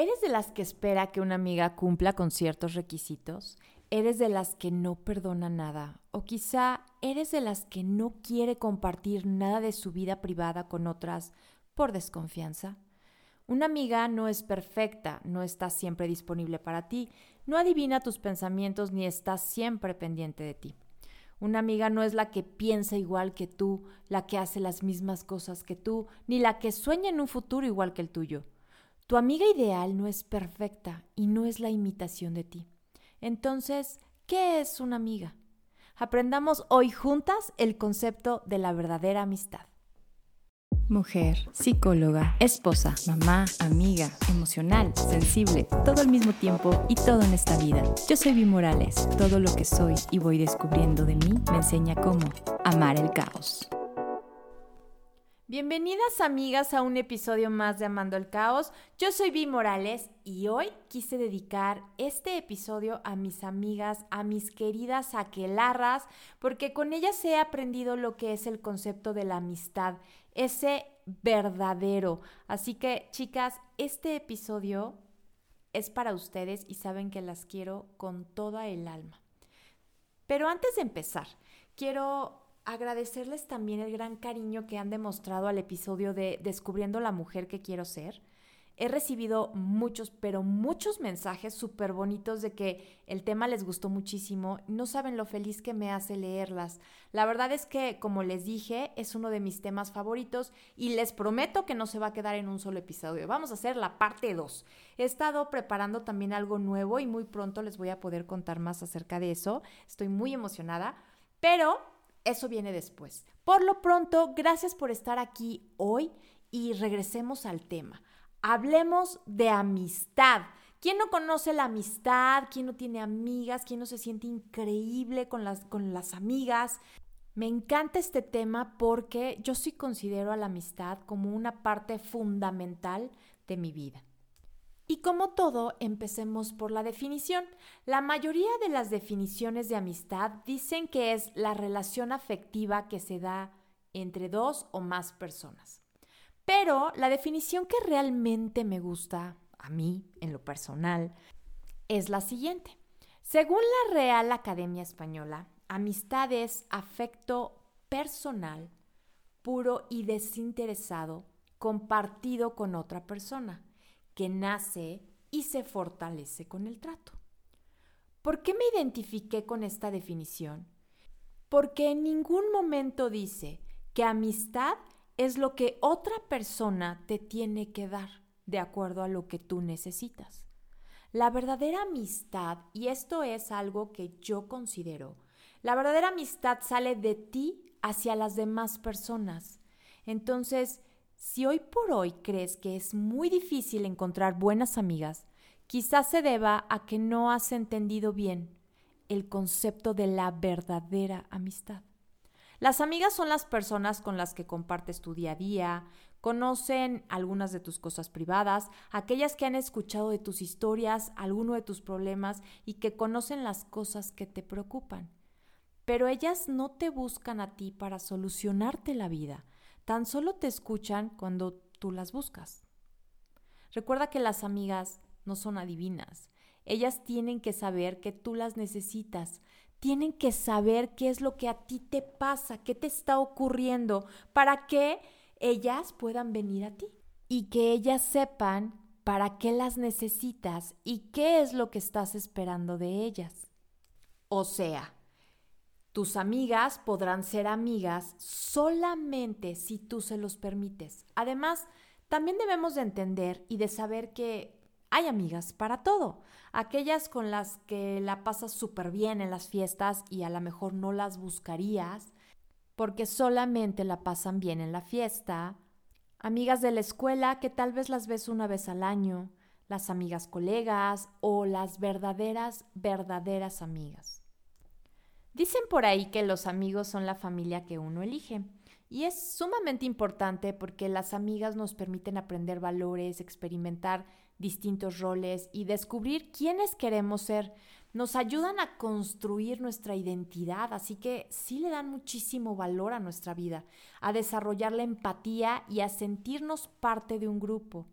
¿Eres de las que espera que una amiga cumpla con ciertos requisitos? ¿Eres de las que no perdona nada? ¿O quizá eres de las que no quiere compartir nada de su vida privada con otras por desconfianza? Una amiga no es perfecta, no está siempre disponible para ti, no adivina tus pensamientos ni está siempre pendiente de ti. Una amiga no es la que piensa igual que tú, la que hace las mismas cosas que tú, ni la que sueña en un futuro igual que el tuyo. Tu amiga ideal no es perfecta y no es la imitación de ti. Entonces, ¿qué es una amiga? Aprendamos hoy juntas el concepto de la verdadera amistad. Mujer, psicóloga, esposa, mamá, amiga, emocional, sensible, todo al mismo tiempo y todo en esta vida. Yo soy Vi Morales. Todo lo que soy y voy descubriendo de mí me enseña cómo amar el caos. Bienvenidas amigas a un episodio más de Amando el Caos. Yo soy Vi Morales y hoy quise dedicar este episodio a mis amigas, a mis queridas aquelarras, porque con ellas he aprendido lo que es el concepto de la amistad, ese verdadero. Así que, chicas, este episodio es para ustedes y saben que las quiero con toda el alma. Pero antes de empezar, quiero agradecerles también el gran cariño que han demostrado al episodio de Descubriendo la mujer que quiero ser. He recibido muchos, pero muchos mensajes súper bonitos de que el tema les gustó muchísimo. No saben lo feliz que me hace leerlas. La verdad es que, como les dije, es uno de mis temas favoritos y les prometo que no se va a quedar en un solo episodio. Vamos a hacer la parte 2. He estado preparando también algo nuevo y muy pronto les voy a poder contar más acerca de eso. Estoy muy emocionada, pero eso viene después. Por lo pronto, gracias por estar aquí hoy y regresemos al tema. Hablemos de amistad. ¿Quién no conoce la amistad? ¿Quién no tiene amigas? ¿Quién no se siente increíble con las amigas? Me encanta este tema porque yo sí considero a la amistad como una parte fundamental de mi vida. Y como todo, empecemos por la definición. La mayoría de las definiciones de amistad dicen que es la relación afectiva que se da entre dos o más personas. Pero la definición que realmente me gusta, a mí, en lo personal, es la siguiente. Según la Real Academia Española, amistad es afecto personal, puro y desinteresado, compartido con otra persona, que nace y se fortalece con el trato. ¿Por qué me identifiqué con esta definición? Porque en ningún momento dice que amistad es lo que otra persona te tiene que dar de acuerdo a lo que tú necesitas. La verdadera amistad, y esto es algo que yo considero, la verdadera amistad sale de ti hacia las demás personas. Entonces, si hoy por hoy crees que es muy difícil encontrar buenas amigas, quizás se deba a que no has entendido bien el concepto de la verdadera amistad. Las amigas son las personas con las que compartes tu día a día, conocen algunas de tus cosas privadas, aquellas que han escuchado de tus historias, alguno de tus problemas y que conocen las cosas que te preocupan. Pero ellas no te buscan a ti para solucionarte la vida, tan solo te escuchan cuando tú las buscas. Recuerda que las amigas no son adivinas. Ellas tienen que saber que tú las necesitas. Tienen que saber qué es lo que a ti te pasa, qué te está ocurriendo, para que ellas puedan venir a ti. Y que ellas sepan para qué las necesitas y qué es lo que estás esperando de ellas. O sea, tus amigas podrán ser amigas solamente si tú se los permites. Además, también debemos de entender y de saber que hay amigas para todo. Aquellas con las que la pasas súper bien en las fiestas y a lo mejor no las buscarías porque solamente la pasan bien en la fiesta. Amigas de la escuela que tal vez las ves una vez al año. Las amigas colegas o las verdaderas amigas. Dicen por ahí que los amigos son la familia que uno elige. Y es sumamente importante porque las amigas nos permiten aprender valores, experimentar distintos roles y descubrir quiénes queremos ser. Nos ayudan a construir nuestra identidad, así que sí le dan muchísimo valor a nuestra vida, a desarrollar la empatía y a sentirnos parte de un grupo.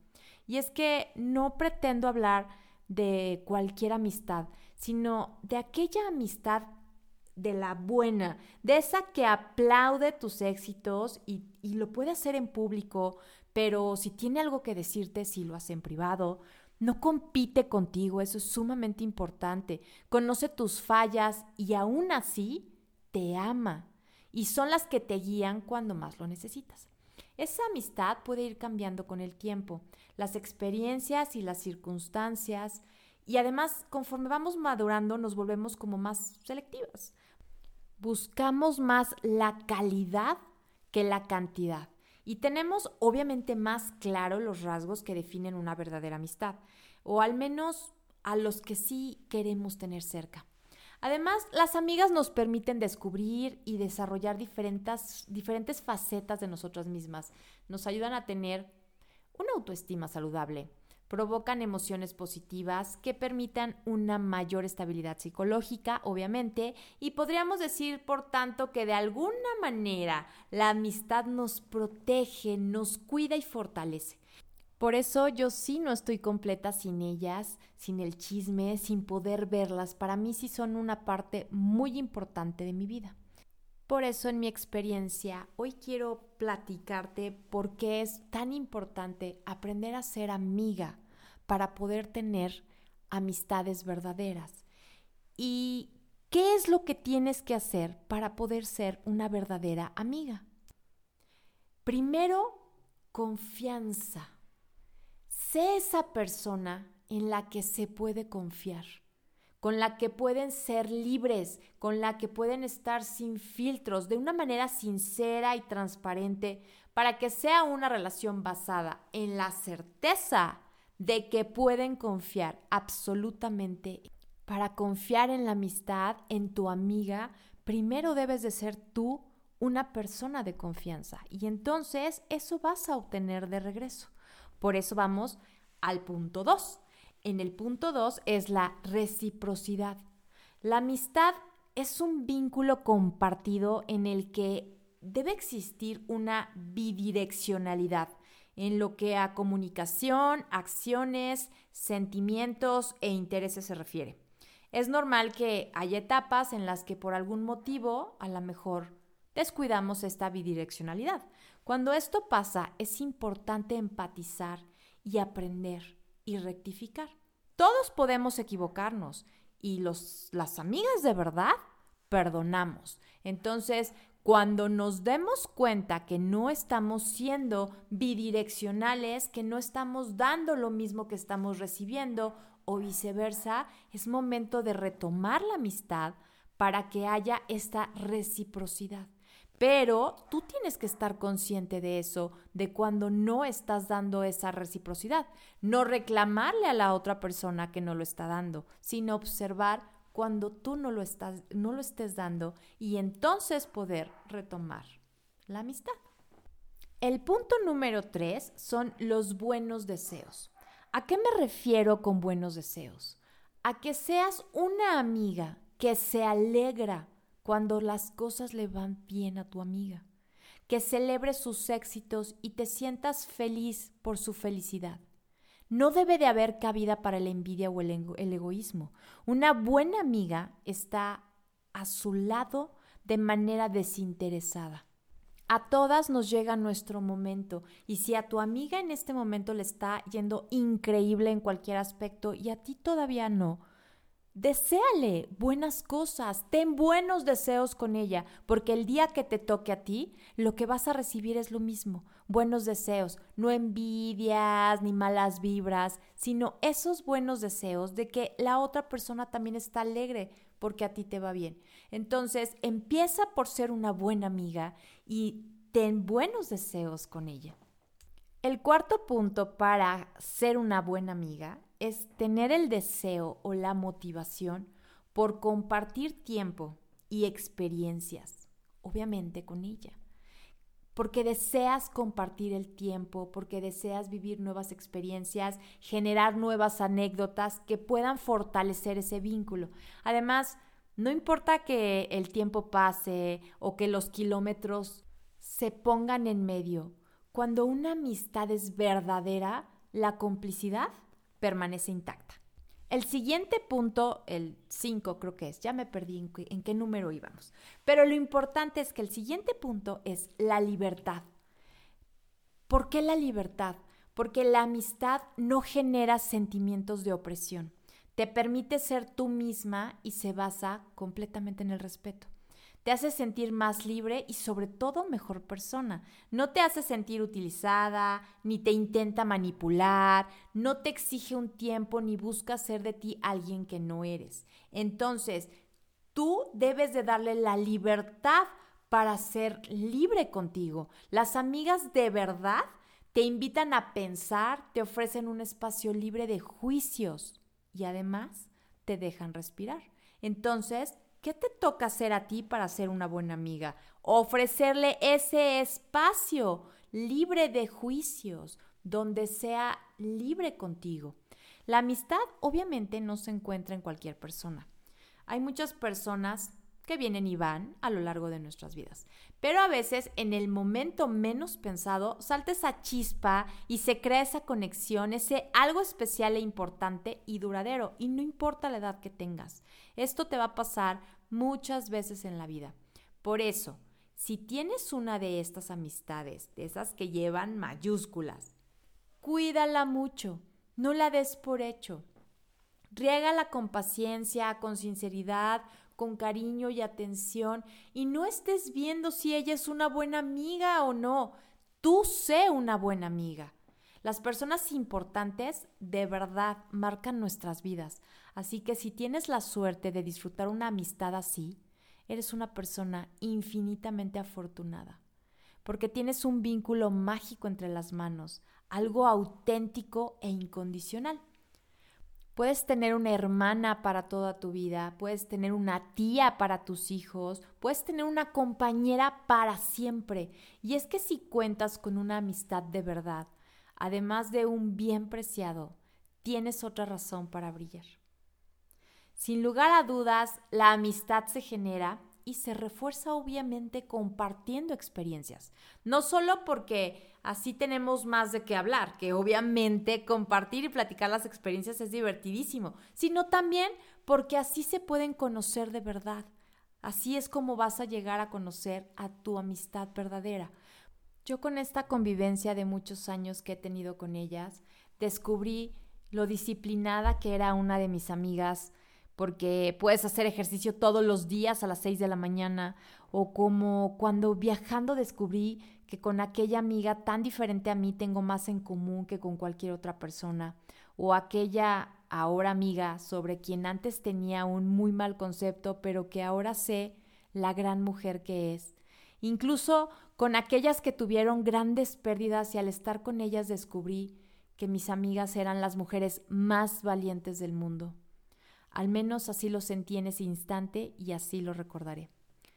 Y es que no pretendo hablar de cualquier amistad, sino de aquella amistad de la buena, de esa que aplaude tus éxitos y lo puede hacer en público, pero si tiene algo que decirte, sí lo hace en privado. No compite contigo, eso es sumamente importante. Conoce tus fallas y aún así te ama. Y son las que te guían cuando más lo necesitas. Esa amistad puede ir cambiando con el tiempo, las experiencias y las circunstancias. Y además, conforme vamos madurando, nos volvemos como más selectivas. Buscamos más la calidad que la cantidad. Y tenemos obviamente más claro los rasgos que definen una verdadera amistad, o al menos a los que sí queremos tener cerca. Además, las amigas nos permiten descubrir y desarrollar diferentes facetas de nosotras mismas. Nos ayudan a tener una autoestima saludable. Provocan emociones positivas que permitan una mayor estabilidad psicológica, obviamente, y podríamos decir, por tanto, que de alguna manera la amistad nos protege, nos cuida y fortalece. Por eso yo sí no estoy completa sin ellas, sin el chisme, sin poder verlas. Para mí sí son una parte muy importante de mi vida. Por eso en mi experiencia hoy quiero platicarte por qué es tan importante aprender a ser amiga para poder tener amistades verdaderas. ¿Y qué es lo que tienes que hacer para poder ser una verdadera amiga? Primero, confianza. Sé esa persona en la que se puede confiar, con la que pueden ser libres, con la que pueden estar sin filtros, de una manera sincera y transparente, para que sea una relación basada en la certeza de que pueden confiar absolutamente. Para confiar en la amistad, en tu amiga, primero debes de ser tú una persona de confianza y entonces eso vas a obtener de regreso. Por eso vamos al punto 2. En el punto 2 es la reciprocidad. La amistad es un vínculo compartido en el que debe existir una bidireccionalidad en lo que a comunicación, acciones, sentimientos e intereses se refiere. Es normal que haya etapas en las que por algún motivo a lo mejor descuidamos esta bidireccionalidad. Cuando esto pasa, es importante empatizar y aprender y rectificar. Todos podemos equivocarnos y las amigas de verdad perdonamos. Entonces, cuando nos demos cuenta que no estamos siendo bidireccionales, que no estamos dando lo mismo que estamos recibiendo o viceversa, es momento de retomar la amistad para que haya esta reciprocidad. Pero tú tienes que estar consciente de eso, de cuando no estás dando esa reciprocidad. No reclamarle a la otra persona que no lo está dando, sino observar cuando tú no lo estés dando y entonces poder retomar la amistad. El punto número 3 son los buenos deseos. ¿A qué me refiero con buenos deseos? A que seas una amiga que se alegra cuando las cosas le van bien a tu amiga, que celebres sus éxitos y te sientas feliz por su felicidad. No debe de haber cabida para la envidia o el egoísmo. Una buena amiga está a su lado de manera desinteresada. A todas nos llega nuestro momento y si a tu amiga en este momento le está yendo increíble en cualquier aspecto y a ti todavía no, deséale buenas cosas, ten buenos deseos con ella, porque el día que te toque a ti, lo que vas a recibir es lo mismo, buenos deseos, no envidias ni malas vibras, sino esos buenos deseos de que la otra persona también está alegre porque a ti te va bien. Entonces, empieza por ser una buena amiga y ten buenos deseos con ella. El cuarto punto para ser una buena amiga es tener el deseo o la motivación por compartir tiempo y experiencias, obviamente con ella. Porque deseas compartir el tiempo, porque deseas vivir nuevas experiencias, generar nuevas anécdotas que puedan fortalecer ese vínculo. Además, no importa que el tiempo pase o que los kilómetros se pongan en medio. Cuando una amistad es verdadera, la complicidad permanece intacta. El siguiente punto, el 5 creo que es, ya me perdí en qué número íbamos, pero lo importante es que el siguiente punto es la libertad. ¿Por qué la libertad? Porque la amistad no genera sentimientos de opresión. Te permite ser tú misma y se basa completamente en el respeto. Te hace sentir más libre y sobre todo mejor persona. No te hace sentir utilizada, ni te intenta manipular, no te exige un tiempo ni busca hacer de ti alguien que no eres. Entonces, tú debes de darle la libertad para ser libre contigo. Las amigas de verdad te invitan a pensar, te ofrecen un espacio libre de juicios y además te dejan respirar. Entonces, ¿qué te toca hacer a ti para ser una buena amiga? Ofrecerle ese espacio libre de juicios, donde sea libre contigo. La amistad obviamente no se encuentra en cualquier persona. Hay muchas personas que vienen y van a lo largo de nuestras vidas. Pero a veces, en el momento menos pensado, salta esa chispa y se crea esa conexión, ese algo especial e importante y duradero. Y no importa la edad que tengas. Esto te va a pasar muchas veces en la vida. Por eso, si tienes una de estas amistades, de esas que llevan mayúsculas, cuídala mucho, no la des por hecho. Riégala con paciencia, con sinceridad, con cariño y atención, y no estés viendo si ella es una buena amiga o no. Tú sé una buena amiga. Las personas importantes de verdad marcan nuestras vidas, así que si tienes la suerte de disfrutar una amistad así, eres una persona infinitamente afortunada, porque tienes un vínculo mágico entre las manos, algo auténtico e incondicional. Puedes tener una hermana para toda tu vida, puedes tener una tía para tus hijos, puedes tener una compañera para siempre. Y es que si cuentas con una amistad de verdad, además de un bien preciado, tienes otra razón para brillar. Sin lugar a dudas, la amistad se genera y se refuerza obviamente compartiendo experiencias. No solo porque así tenemos más de qué hablar, que obviamente compartir y platicar las experiencias es divertidísimo, sino también porque así se pueden conocer de verdad. Así es como vas a llegar a conocer a tu amistad verdadera. Yo con esta convivencia de muchos años que he tenido con ellas, descubrí lo disciplinada que era una de mis amigas, porque puedes hacer ejercicio todos los días a las 6 de la mañana, o como cuando viajando descubrí que con aquella amiga tan diferente a mí tengo más en común que con cualquier otra persona, o aquella ahora amiga sobre quien antes tenía un muy mal concepto, pero que ahora sé la gran mujer que es. Incluso con aquellas que tuvieron grandes pérdidas y al estar con ellas descubrí que mis amigas eran las mujeres más valientes del mundo. Al menos así lo sentí en ese instante y así lo recordaré.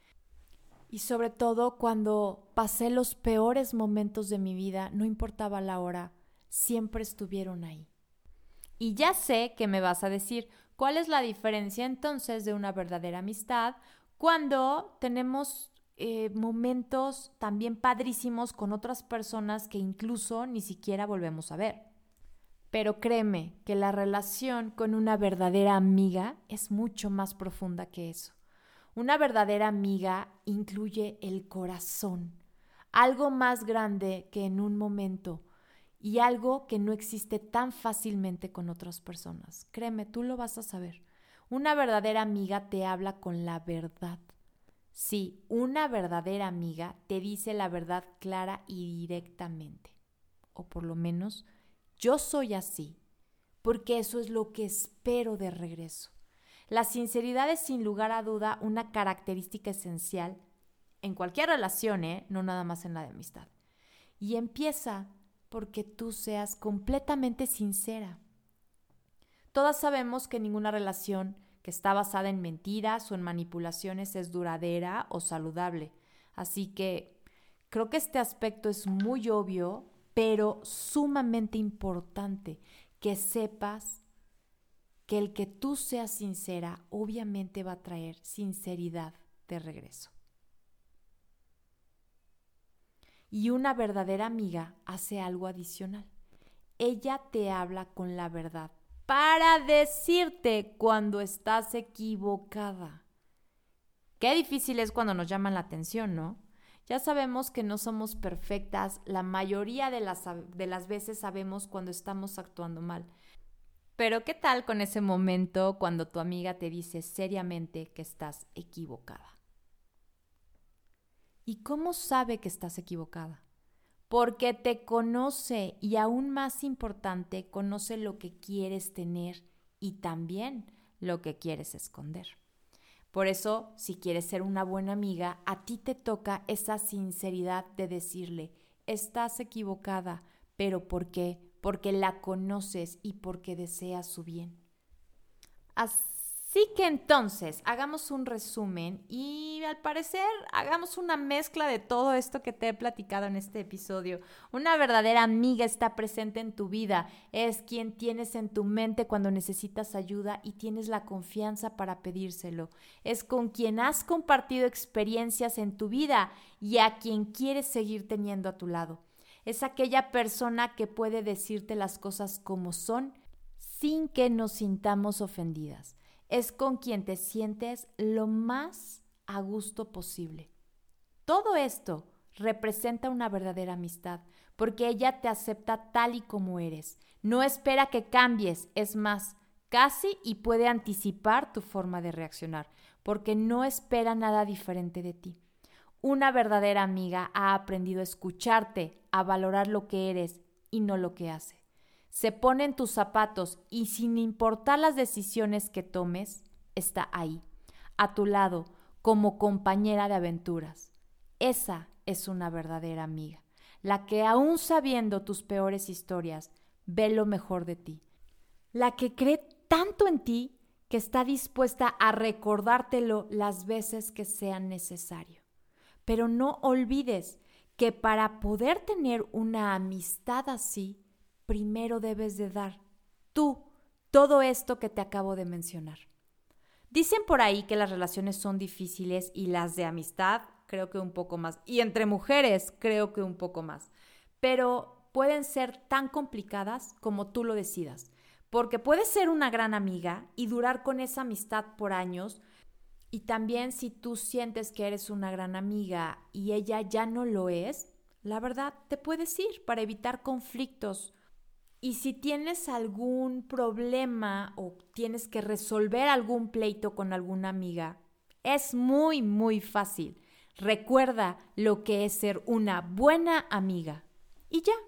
Y sobre todo cuando pasé los peores momentos de mi vida, no importaba la hora, siempre estuvieron ahí. Y ya sé que me vas a decir, ¿cuál es la diferencia entonces de una verdadera amistad cuando tenemos momentos también padrísimos con otras personas que incluso ni siquiera volvemos a ver? Pero créeme que la relación con una verdadera amiga es mucho más profunda que eso. Una verdadera amiga incluye el corazón, algo más grande que en un momento y algo que no existe tan fácilmente con otras personas. Créeme, tú lo vas a saber. Una verdadera amiga te habla con la verdad. Sí, una verdadera amiga te dice la verdad clara y directamente. O por lo menos yo soy así, porque eso es lo que espero de regreso. La sinceridad es sin lugar a duda una característica esencial en cualquier relación, no nada más en la de amistad. Y empieza porque tú seas completamente sincera. Todas sabemos que ninguna relación que está basada en mentiras o en manipulaciones es duradera o saludable. Así que creo que este aspecto es muy obvio, pero sumamente importante que sepas que el que tú seas sincera obviamente va a traer sinceridad de regreso. Y una verdadera amiga hace algo adicional. ella te habla con la verdad para decirte cuando estás equivocada. Qué difícil es cuando nos llaman la atención, ¿no? Ya sabemos que no somos perfectas, la mayoría de las veces sabemos cuando estamos actuando mal. Pero ¿qué tal con ese momento cuando tu amiga te dice seriamente que estás equivocada? ¿Y cómo sabe que estás equivocada? Porque te conoce y aún más importante, conoce lo que quieres tener y también lo que quieres esconder. Por eso, si quieres ser una buena amiga, a ti te toca esa sinceridad de decirle, estás equivocada, pero ¿por qué? Porque la conoces y porque deseas su bien. Así que entonces, hagamos un resumen y al parecer hagamos una mezcla de todo esto que te he platicado en este episodio. Una verdadera amiga está presente en tu vida, es quien tienes en tu mente cuando necesitas ayuda y tienes la confianza para pedírselo. Es con quien has compartido experiencias en tu vida y a quien quieres seguir teniendo a tu lado. Es aquella persona que puede decirte las cosas como son sin que nos sintamos ofendidas. Es con quien te sientes lo más a gusto posible. Todo esto representa una verdadera amistad, porque ella te acepta tal y como eres. No espera que cambies, es más, casi y puede anticipar tu forma de reaccionar, porque no espera nada diferente de ti. Una verdadera amiga ha aprendido a escucharte, a valorar lo que eres y no lo que hace. Se pone en tus zapatos y sin importar las decisiones que tomes, está ahí, a tu lado, como compañera de aventuras. Esa es una verdadera amiga, la que aún sabiendo tus peores historias, ve lo mejor de ti. La que cree tanto en ti que está dispuesta a recordártelo las veces que sean necesario. Pero no olvides que para poder tener una amistad así, primero debes de dar tú todo esto que te acabo de mencionar. Dicen por ahí que las relaciones son difíciles y las de amistad creo que un poco más. Y entre mujeres creo que un poco más. Pero pueden ser tan complicadas como tú lo decidas. Porque puedes ser una gran amiga y durar con esa amistad por años. Y también si tú sientes que eres una gran amiga y ella ya no lo es, la verdad te puedes ir para evitar conflictos. Y si tienes algún problema o tienes que resolver algún pleito con alguna amiga, es muy, muy fácil. Recuerda lo que es ser una buena amiga. Y ya.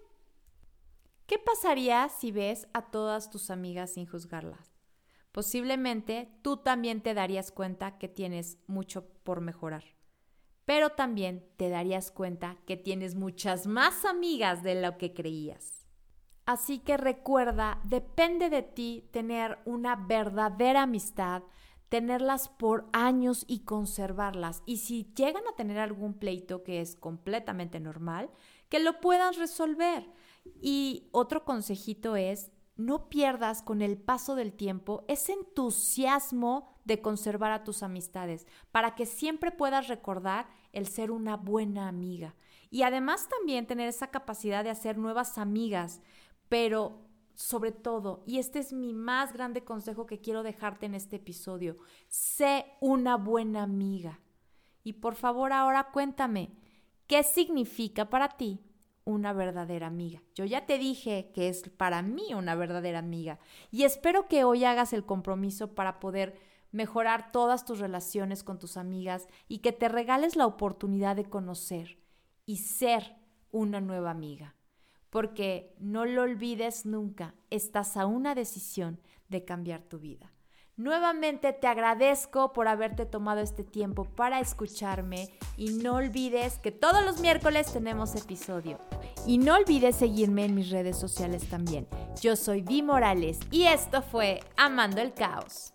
¿Qué pasaría si ves a todas tus amigas sin juzgarlas? Posiblemente tú también te darías cuenta que tienes mucho por mejorar. Pero también te darías cuenta que tienes muchas más amigas de lo que creías. Así que recuerda, depende de ti tener una verdadera amistad, tenerlas por años y conservarlas. Y si llegan a tener algún pleito, que es completamente normal, que lo puedas resolver. Y otro consejito es, no pierdas con el paso del tiempo ese entusiasmo de conservar a tus amistades, para que siempre puedas recordar el ser una buena amiga. Y además también tener esa capacidad de hacer nuevas amigas. Pero sobre todo, y este es mi más grande consejo que quiero dejarte en este episodio, sé una buena amiga. Y por favor ahora cuéntame, ¿qué significa para ti una verdadera amiga? Yo ya te dije que es para mí una verdadera amiga y espero que hoy hagas el compromiso para poder mejorar todas tus relaciones con tus amigas y que te regales la oportunidad de conocer y ser una nueva amiga. Porque no lo olvides nunca, estás a una decisión de cambiar tu vida. Nuevamente te agradezco por haberte tomado este tiempo para escucharme y no olvides que todos los miércoles tenemos episodio. Y no olvides seguirme en mis redes sociales también. Yo soy Vi Morales y esto fue Amando el Caos.